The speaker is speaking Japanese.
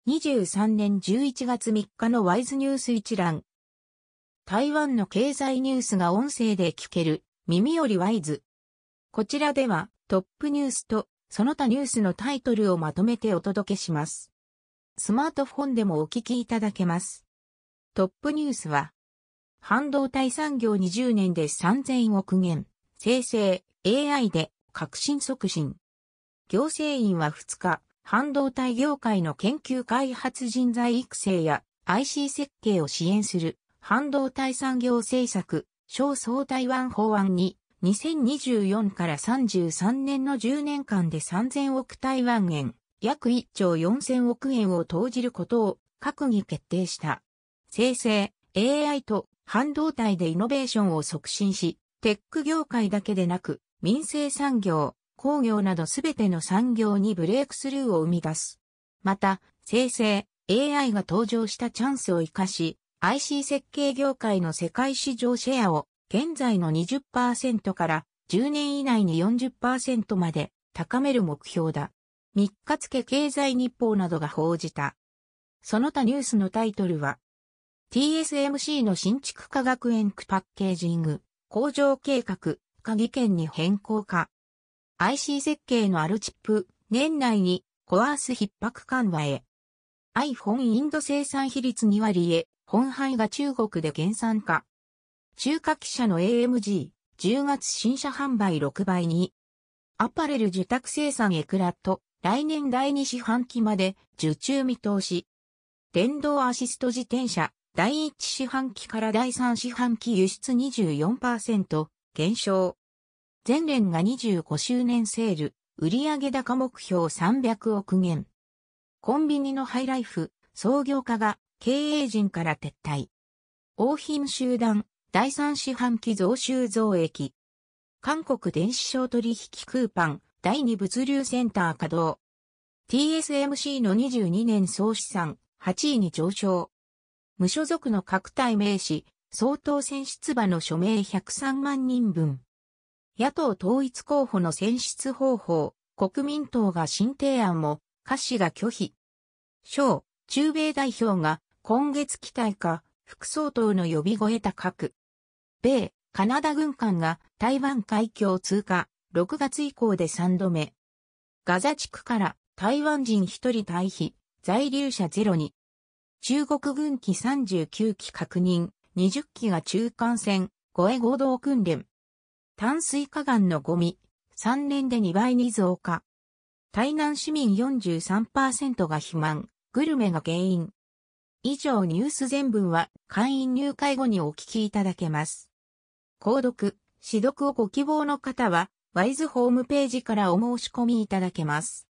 2023年11月3日のワイズニュース一覧。台湾の経済ニュースが音声で聞ける、耳よりワイズ。こちらではトップニュースとその他ニュースのタイトルをまとめてお届けします。スマートフォンでもお聞きいただけます。トップニュースは、半導体産業20年で3000億元、生成 AI で革新促進。行政院は2日、半導体業界の研究開発人材育成や IC 設計を支援する半導体産業政策、小総台湾法案に2024から33年の10年間で3000億台湾円、約1兆4000億円を投じることを閣議決定した。生成 AI と半導体でイノベーションを促進し、テック業界だけでなく民生産業、工業などすべての産業にブレイクスルーを生み出す。また、生成 AI が登場したチャンスを生かし、IC 設計業界の世界市場シェアを現在の 20% から10年以内に 40% まで高める目標だ。3日付経済日報などが報じた。その他ニュースのタイトルは、TSMC の新築化学園区パッケージング、工場計画、加義県に変更か。IC 設計のあるチップ、年内にコアース逼迫緩和へ。iPhone インド生産比率2割へ、本廃が中国で減産化。中華汽車の AMG、10月新車販売6倍に。アパレル受託生産エクラット、来年第2四半期まで受注見通し。電動アシスト自転車、第1四半期から第3四半期輸出 24% 減少。全連が25周年セール、売上高目標300億元。コンビニのハイライフ、創業家が経営陣から撤退。王品集団、第3四半期増収増益。韓国電子商取引クーパン、第2物流センター稼働。TSMC の22年総資産、8位に上昇。無所属の各体名士、総統選出馬の署名103万人分。野党統一候補の選出方法、国民党が新提案も、柯氏が拒否。小、駐米代表が今月期待か、副総統の呼び声高く。米、カナダ軍艦が台湾海峡通過、6月以降で3度目。ガザ地区から台湾人1人退避、在留者ゼロに。中国軍機39機確認、20機が中間線、越え合同訓練。淡水化岩のゴミ、3年で2倍に増加。台南市民 43% が肥満、グルメが原因。以上ニュース全文は会員入会後にお聞きいただけます。購読、試読をご希望の方は、ワイズホームページからお申し込みいただけます。